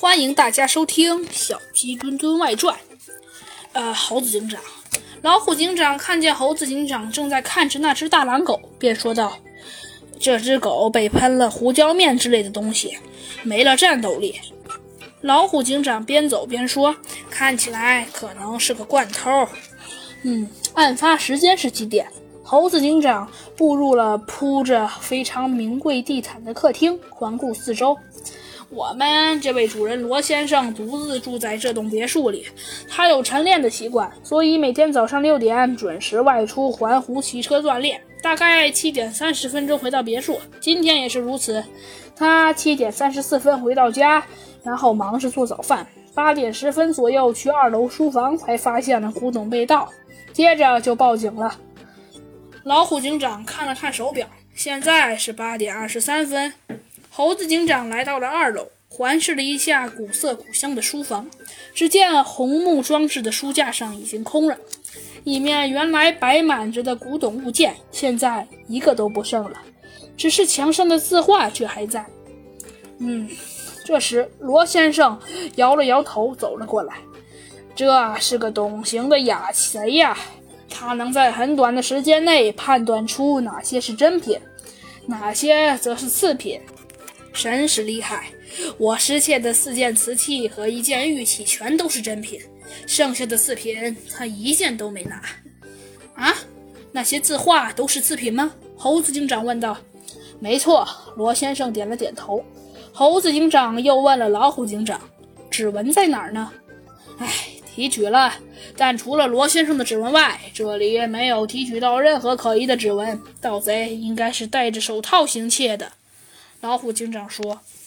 欢迎大家收听《小鸡墩墩外传》。猴子警长，老虎警长看见猴子警长正在看着那只大狼狗，便说道：“这只狗被喷了胡椒面之类的东西，没了战斗力。”老虎警长边走边说：“看起来可能是个惯偷。”案发时间是几点？猴子警长步入了铺着非常名贵地毯的客厅，环顾四周。我们这位主人罗先生独自住在这栋别墅里，他有晨练的习惯，所以每天早上6点准时外出环湖骑车锻炼，大概7点30分钟回到别墅。今天也是如此，他7点34分回到家，然后忙着做早饭。8点10分左右去2楼书房，才发现了古董被盗，接着就报警了。老虎警长看了看手表，现在是8点23分。猴子警长来到了2楼，环视了一下古色古香的书房，只见红木装置的书架上已经空了，里面原来摆满着的古董物件现在一个都不剩了，只是墙上的字画却还在。这时罗先生摇了摇头走了过来。这是个懂行的雅贼呀，他能在很短的时间内判断出哪些是真品，哪些则是次品，真是厉害。我失窃的4件瓷器和1件玉器全都是真品，剩下的次品他1件都没拿。那些字画都是次品吗？猴子警长问道。没错，罗先生点了点头。猴子警长又问了老虎警长，指纹在哪儿呢？提取了，但除了罗先生的指纹外，这里没有提取到任何可疑的指纹，盗贼应该是戴着手套行窃的。老虎警长说。